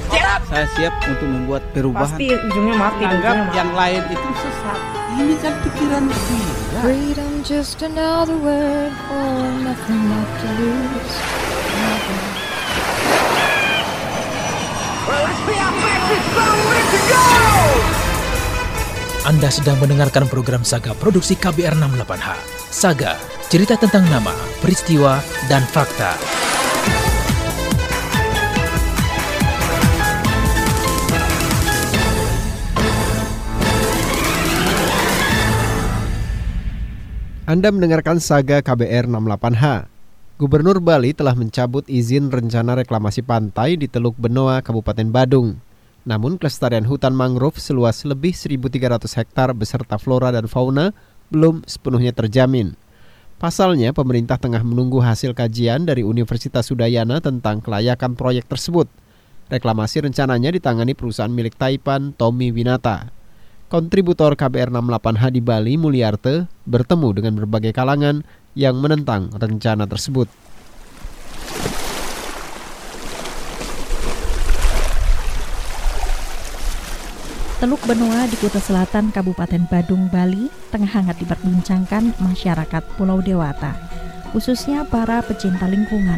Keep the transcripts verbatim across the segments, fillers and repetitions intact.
Saya siap untuk membuat perubahan. Pasti ujungnya mati. Anggap yang lain itu sesat. Ini kan pikiran gila. Freedom just another word for nothing left to lose. Well, let's be our fastest somewhere to go! Anda sedang mendengarkan program Saga Produksi K B R enam puluh delapan H. Saga, cerita tentang nama, peristiwa, dan fakta. Anda mendengarkan Saga K B R enam puluh delapan H. Gubernur Bali telah mencabut izin rencana reklamasi pantai di Teluk Benoa, Kabupaten Badung. Namun kelestarian hutan mangrove seluas lebih seribu tiga ratus hektar beserta flora dan fauna belum sepenuhnya terjamin. Pasalnya, pemerintah tengah menunggu hasil kajian dari Universitas Udayana tentang kelayakan proyek tersebut. Reklamasi rencananya ditangani perusahaan milik Taipan, Tommy Winata. Kontributor K B R enam puluh delapan H di Bali, Mulyarte, bertemu dengan berbagai kalangan yang menentang rencana tersebut. Teluk Benoa di Kuta Selatan, Kabupaten Badung, Bali, tengah hangat diperbincangkan masyarakat Pulau Dewata, khususnya para pecinta lingkungan.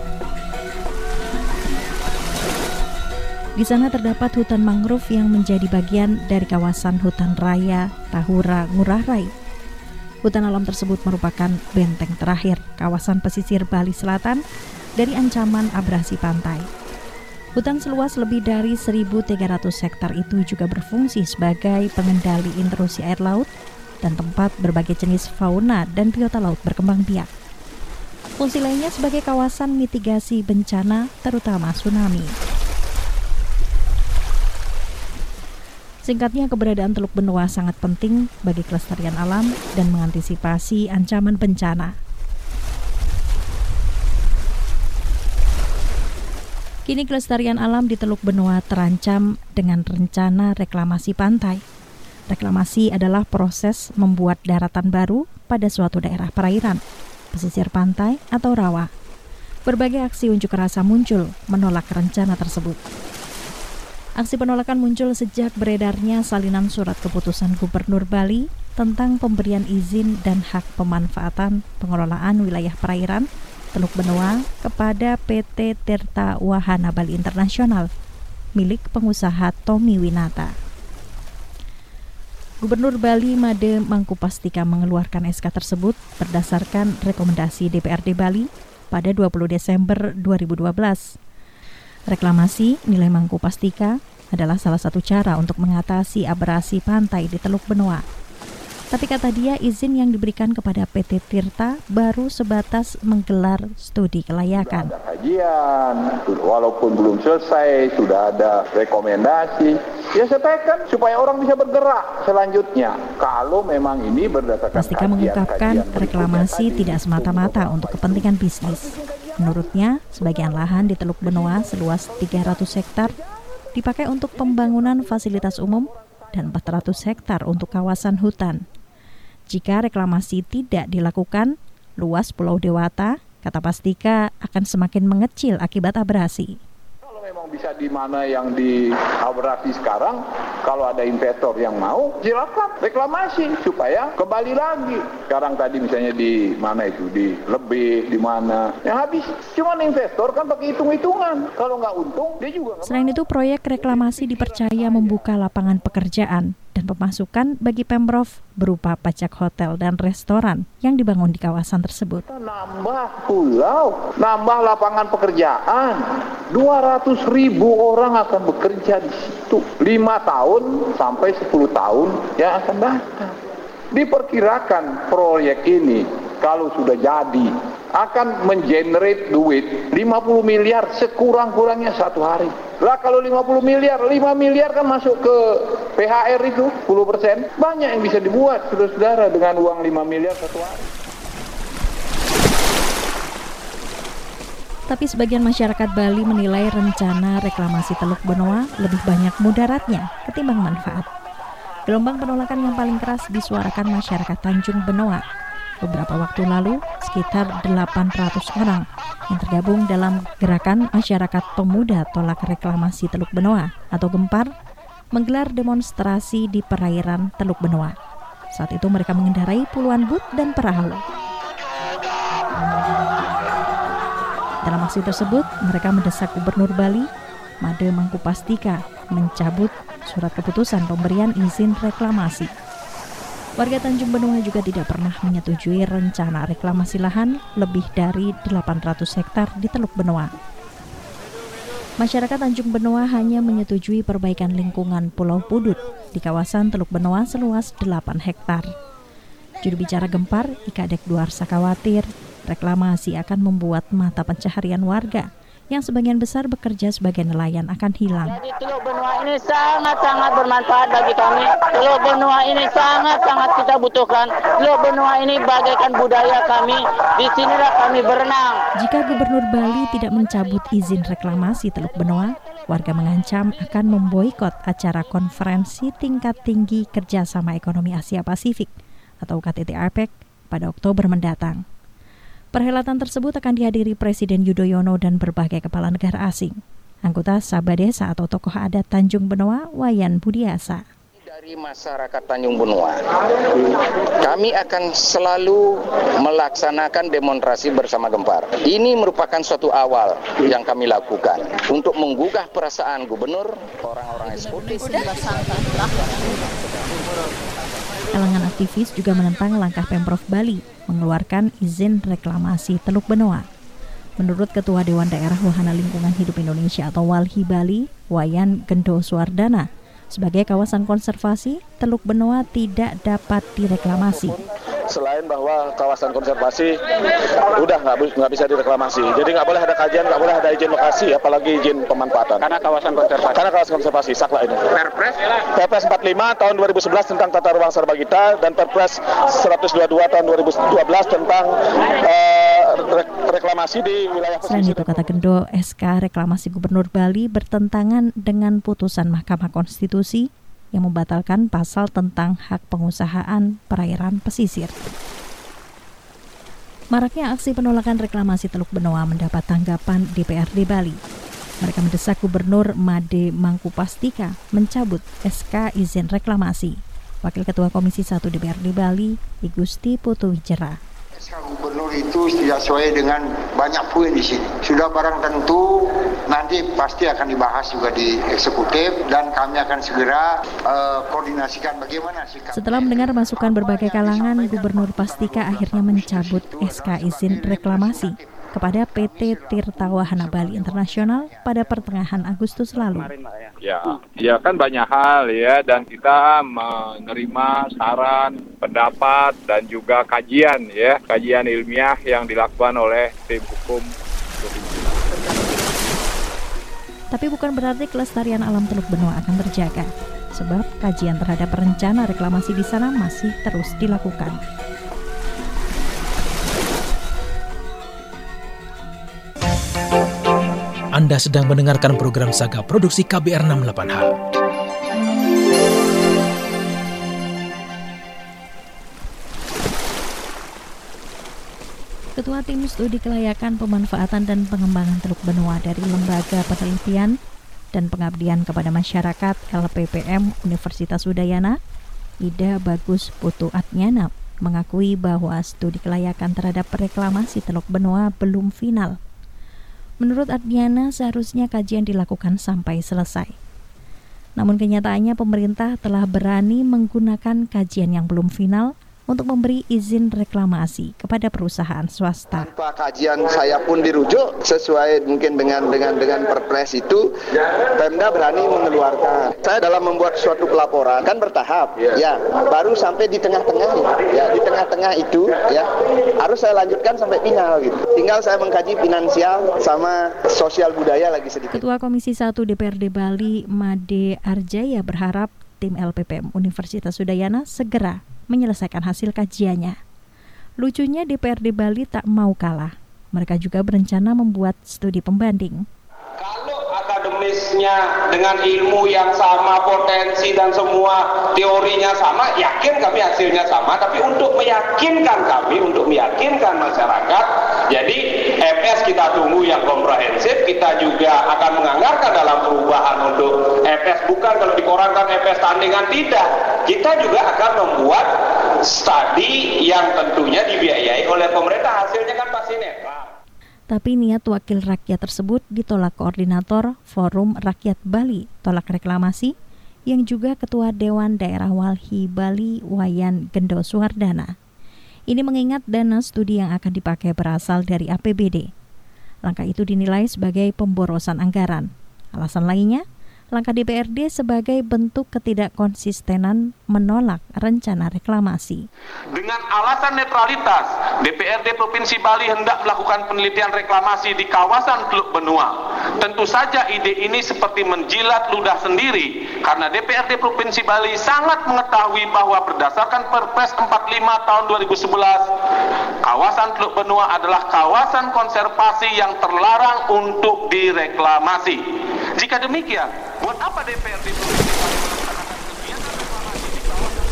Di sana terdapat hutan mangrove yang menjadi bagian dari kawasan hutan raya Tahura Ngurah Rai. Hutan alam tersebut merupakan benteng terakhir kawasan pesisir Bali Selatan dari ancaman abrasi pantai. Hutan seluas lebih dari seribu tiga ratus hektar itu juga berfungsi sebagai pengendali intrusi air laut dan tempat berbagai jenis fauna dan biota laut berkembang biak. Fungsi lainnya sebagai kawasan mitigasi bencana, terutama tsunami. Singkatnya, keberadaan Teluk Benoa sangat penting bagi kelestarian alam dan mengantisipasi ancaman bencana. Kini kelestarian alam di Teluk Benoa terancam dengan rencana reklamasi pantai. Reklamasi adalah proses membuat daratan baru pada suatu daerah perairan, pesisir pantai atau rawa. Berbagai aksi unjuk rasa muncul menolak rencana tersebut. Aksi penolakan muncul sejak beredarnya salinan surat keputusan Gubernur Bali tentang pemberian izin dan hak pemanfaatan pengelolaan wilayah perairan Teluk Benoa kepada P T Tirta Wahana Bali Internasional milik pengusaha Tommy Winata. Gubernur Bali Made Mangkupastika mengeluarkan S K tersebut berdasarkan rekomendasi D P R D Bali pada dua puluh Desember dua ribu dua belas. Reklamasi, nilai Mangkupastika, adalah salah satu cara untuk mengatasi abrasi pantai di Teluk Benoa. Tapi kata dia, izin yang diberikan kepada P T Tirta baru sebatas menggelar studi kelayakan. Sudah ada kajian, walaupun belum selesai, sudah ada rekomendasi. Ya sampaikan supaya orang bisa bergerak selanjutnya. Kalau memang ini berdasarkan Pastika mengungkapkan reklamasi tidak semata-mata untuk kepentingan bisnis. Menurutnya, sebagian lahan di Teluk Benoa seluas tiga ratus hektar dipakai untuk pembangunan fasilitas umum dan empat ratus hektar untuk kawasan hutan. Jika reklamasi tidak dilakukan, luas Pulau Dewata, kata Pastika, akan semakin mengecil akibat abrasi. Kalau memang bisa di mana yang diabrasi sekarang, kalau ada investor yang mau, silakan reklamasi supaya kembali lagi. Sekarang tadi misalnya di mana itu, di Lebih, di mana, yang habis. Cuman investor kan pakai hitung-hitungan. Kalau nggak untung, dia juga nggak. Selain itu, proyek reklamasi dipercaya membuka lapangan pekerjaan dan pemasukan bagi Pemprov berupa pajak hotel dan restoran yang dibangun di kawasan tersebut. Nambah pulau, nambah lapangan pekerjaan. dua ratus ribu orang akan bekerja di situ. lima tahun sampai sepuluh tahun yang akan datang. Diperkirakan proyek ini kalau sudah jadi akan mengenerate duit lima puluh miliar sekurang-kurangnya satu hari. Lah kalau lima puluh miliar, lima miliar kan masuk ke P H R itu sepuluh persen. Banyak yang bisa dibuat saudara-saudara dengan uang lima miliar satu hari. Tapi sebagian masyarakat Bali menilai rencana reklamasi Teluk Benoa lebih banyak mudaratnya ketimbang manfaat. Gelombang penolakan yang paling keras disuarakan masyarakat Tanjung Benoa. Beberapa waktu lalu, sekitar delapan ratus orang yang tergabung dalam Gerakan Masyarakat Pemuda Tolak Reklamasi Teluk Benoa atau Gempar menggelar demonstrasi di perairan Teluk Benoa. Saat itu mereka mengendarai puluhan bot dan perahu. Dalam aksi tersebut, mereka mendesak Gubernur Bali, Made Mangkupastika, mencabut surat keputusan pemberian izin reklamasi. Warga Tanjung Benoa juga tidak pernah menyetujui rencana reklamasi lahan lebih dari delapan ratus hektar di Teluk Benoa. Masyarakat Tanjung Benoa hanya menyetujui perbaikan lingkungan Pulau Pudut di kawasan Teluk Benoa seluas delapan hektar. Juru bicara Gempar, Ika Dek Duarsa khawatir reklamasi akan membuat mata pencaharian warga yang sebagian besar bekerja sebagai nelayan akan hilang. Jadi Teluk Benoa ini sangat-sangat bermanfaat bagi kami. Teluk Benoa ini sangat-sangat kita butuhkan. Teluk Benoa ini bagaikan budaya kami. Di sinilah kami berenang. Jika Gubernur Bali tidak mencabut izin reklamasi Teluk Benoa, warga mengancam akan memboikot acara konferensi tingkat tinggi kerjasama ekonomi Asia Pasifik atau K T T A P E C pada Oktober mendatang. Perhelatan tersebut akan dihadiri Presiden Yudhoyono dan berbagai kepala negara asing. Anggota Sabadesa atau tokoh adat Tanjung Benoa, Wayan Budiasa. Dari masyarakat Tanjung Benoa, kami akan selalu melaksanakan demonstrasi bersama Gempar. Ini merupakan suatu awal yang kami lakukan untuk menggugah perasaan gubernur, orang-orang eksekutif. Kalangan aktivis juga menentang langkah Pemprov Bali mengeluarkan izin reklamasi Teluk Benoa. Menurut Ketua Dewan Daerah Wahana Lingkungan Hidup Indonesia atau Walhi Bali, Wayan Gendo Suardana, sebagai kawasan konservasi, Teluk Benoa tidak dapat direklamasi. Selain bahwa kawasan konservasi udah nggak nggak bisa direklamasi, jadi nggak boleh ada kajian, nggak boleh ada izin lokasi, apalagi izin pemanfaatan. Karena kawasan konservasi. Karena kawasan konservasi, sakla ini. Perpres? Perpres empat puluh lima tahun dua ribu sebelas tentang tata ruang Sarbagita dan Perpres seratus dua puluh dua tahun dua ribu dua belas tentang uh, reklamasi di wilayah pesisir. Selain itu, kata Gendo, S K reklamasi Gubernur Bali bertentangan dengan putusan Mahkamah Konstitusi yang membatalkan pasal tentang hak pengusahaan perairan pesisir. Maraknya aksi penolakan reklamasi Teluk Benoa mendapat tanggapan D P R D Bali. Mereka mendesak Gubernur Made Mangkupastika mencabut S K izin reklamasi. Wakil Ketua Komisi satu D P R D Bali, I Gusti Putu Wijera. S K Gubernur itu tidak sesuai dengan banyak poin di sini. Sudah barang tentu nanti pasti akan dibahas juga di eksekutif dan kami akan segera uh, koordinasikan bagaimana sikap. Setelah mendengar masukan berbagai kalangan, Gubernur Pastika akhirnya mencabut S K izin reklamasi kepada P T Tirta Wahana Bali Internasional pada pertengahan Agustus lalu. Ya, ya kan banyak hal ya, dan kita menerima saran, pendapat dan juga kajian ya, kajian ilmiah yang dilakukan oleh tim hukum. Tapi bukan berarti kelestarian alam Teluk Benoa akan terjaga, sebab kajian terhadap rencana reklamasi di sana masih terus dilakukan. Anda sedang mendengarkan program Saga Produksi K B R enam puluh delapan H. Ketua Tim Studi Kelayakan Pemanfaatan dan Pengembangan Teluk Benoa dari Lembaga Penelitian dan Pengabdian kepada Masyarakat L P P M Universitas Udayana, Ida Bagus Putu Atnyana, mengakui bahwa studi kelayakan terhadap reklamasi Teluk Benoa belum final. Menurut Adniana, seharusnya kajian dilakukan sampai selesai. Namun kenyataannya pemerintah telah berani menggunakan kajian yang belum final untuk memberi izin reklamasi kepada perusahaan swasta. Tanpa kajian saya pun dirujuk sesuai mungkin dengan dengan dengan Perpres itu, Pemda berani mengeluarkan. Saya dalam membuat suatu pelaporan kan bertahap, ya, ya baru sampai di tengah-tengah, ya di tengah-tengah itu, ya harus saya lanjutkan sampai final gitu. Tinggal saya mengkaji finansial sama sosial budaya lagi sedikit. Ketua Komisi satu D P R D Bali, Made Arjaya, berharap tim L P P M Universitas Udayana segera menyelesaikan hasil kajiannya. Lucunya D P R D Bali tak mau kalah. Mereka juga berencana membuat studi pembanding. Kalau akademis basisnya dengan ilmu yang sama, potensi dan semua teorinya sama, yakin kami hasilnya sama. Tapi untuk meyakinkan kami, untuk meyakinkan masyarakat, jadi M S kita tunggu yang komprehensif. Kita juga akan menganggarkan dalam perubahan untuk M S, bukan kalau dikorankan M S tandingan, tidak. Kita juga akan membuat studi yang tentunya dibiayai oleh pemerintah, hasilnya kan pasti netral. Tapi niat wakil rakyat tersebut ditolak koordinator Forum Rakyat Bali Tolak Reklamasi yang juga Ketua Dewan Daerah Walhi Bali Wayan Gendo Suwardana. Ini mengingat dana studi yang akan dipakai berasal dari A P B D. Langkah itu dinilai sebagai pemborosan anggaran. Alasan lainnya, langkah D P R D sebagai bentuk ketidakkonsistenan menolak rencana reklamasi. Dengan alasan netralitas, D P R D Provinsi Bali hendak melakukan penelitian reklamasi di kawasan Teluk Benua. Tentu saja ide ini seperti menjilat ludah sendiri, karena D P R D Provinsi Bali sangat mengetahui bahwa berdasarkan Perpres empat puluh lima tahun dua ribu sebelas, kawasan Teluk Benua adalah kawasan konservasi yang terlarang untuk direklamasi. Jika demikian, buat apa D P R D Provinsi Bali melaksanakan kegiatan reklamasi di kawasan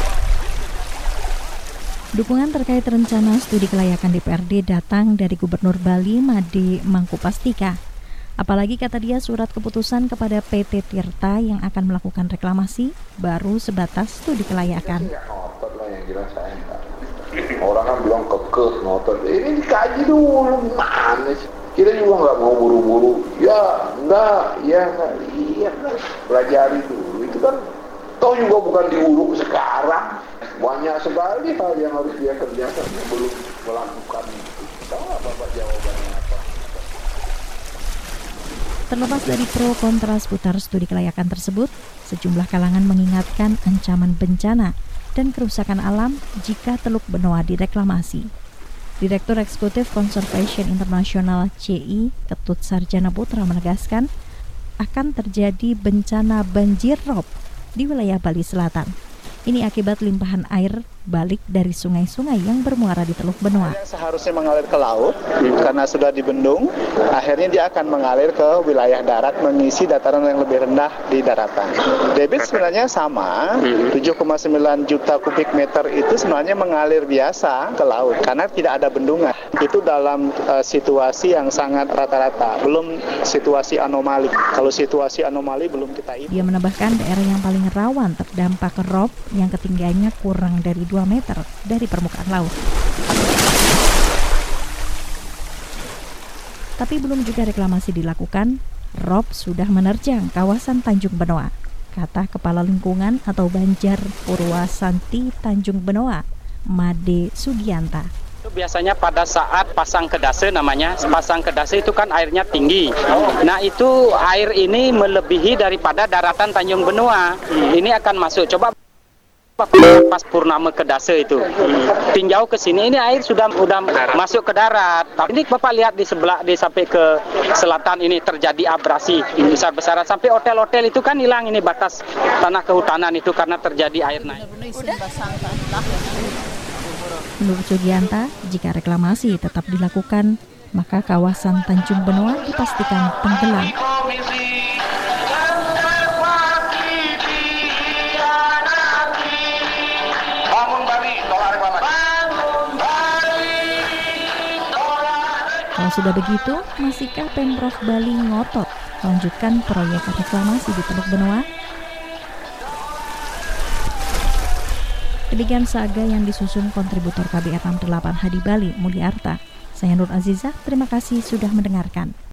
Dukungan terkait rencana studi kelayakan D P R D datang dari Gubernur Bali Made Mangkupastika. Apalagi kata dia surat keputusan kepada P T Tirta yang akan melakukan reklamasi baru sebatas studi kelayakan. Orang kan bilang kekeh, ngotot. Ini dikaji dulu, gimana sih? Kita juga nggak mau buru-buru. Ya, enggak, ya enggak, iya kan. Pelajari dulu. Itu kan, toh juga bukan diuruk sekarang. Banyak sekali hal yang harus dia kerjakan sebelum melakukan itu. Tahu nggak Bapak jawabannya apa? Terlepas dari pro kontra seputar studi kelayakan tersebut, sejumlah kalangan mengingatkan ancaman bencana dan kerusakan alam jika Teluk Benoa direklamasi. Direktur Eksekutif Conservation International C I, Ketut Sarjana Putra menegaskan akan terjadi bencana banjir rob di wilayah Bali Selatan. Ini akibat limpahan air balik dari sungai-sungai yang bermuara di Teluk Benoa. Seharusnya mengalir ke laut, karena sudah dibendung, akhirnya dia akan mengalir ke wilayah darat, mengisi dataran yang lebih rendah di daratan. Debit sebenarnya sama, tujuh koma sembilan juta kubik meter itu sebenarnya mengalir biasa ke laut, karena tidak ada bendungan. Itu dalam uh, situasi yang sangat rata-rata, belum situasi anomali. Kalau situasi anomali belum kita hitung. Dia menambahkan daerah yang paling rawan terdampak rob yang ketinggiannya kurang dari dua meter dari permukaan laut. Tapi belum juga reklamasi dilakukan, rob sudah menerjang kawasan Tanjung Benoa, kata Kepala Lingkungan atau Banjar Purwasanti Tanjung Benoa, Made Sugianta. Biasanya pada saat pasang kedase namanya, pasang kedase itu kan airnya tinggi. Nah itu air ini melebihi daripada daratan Tanjung Benoa. Ini akan masuk. Coba pas purnama kedase itu tinjau ke sini, ini air sudah sudah masuk ke darat. Tapi ini Bapak lihat di sebelah, di sampai ke selatan ini terjadi abrasi besar-besaran, sampai hotel-hotel itu kan hilang ini batas tanah kehutanan itu karena terjadi air naik. Menurut Sugianta, jika reklamasi tetap dilakukan, maka kawasan Tanjung Benoa dipastikan tenggelam. Kalau sudah begitu, masihkah Pemprov Bali ngotot melanjutkan proyek reklamasi di Teluk Benoa? Demikian saga yang disusun kontributor K B R enam puluh delapan H di Bali, Mulyarta. Saya Nur Azizah, terima kasih sudah mendengarkan.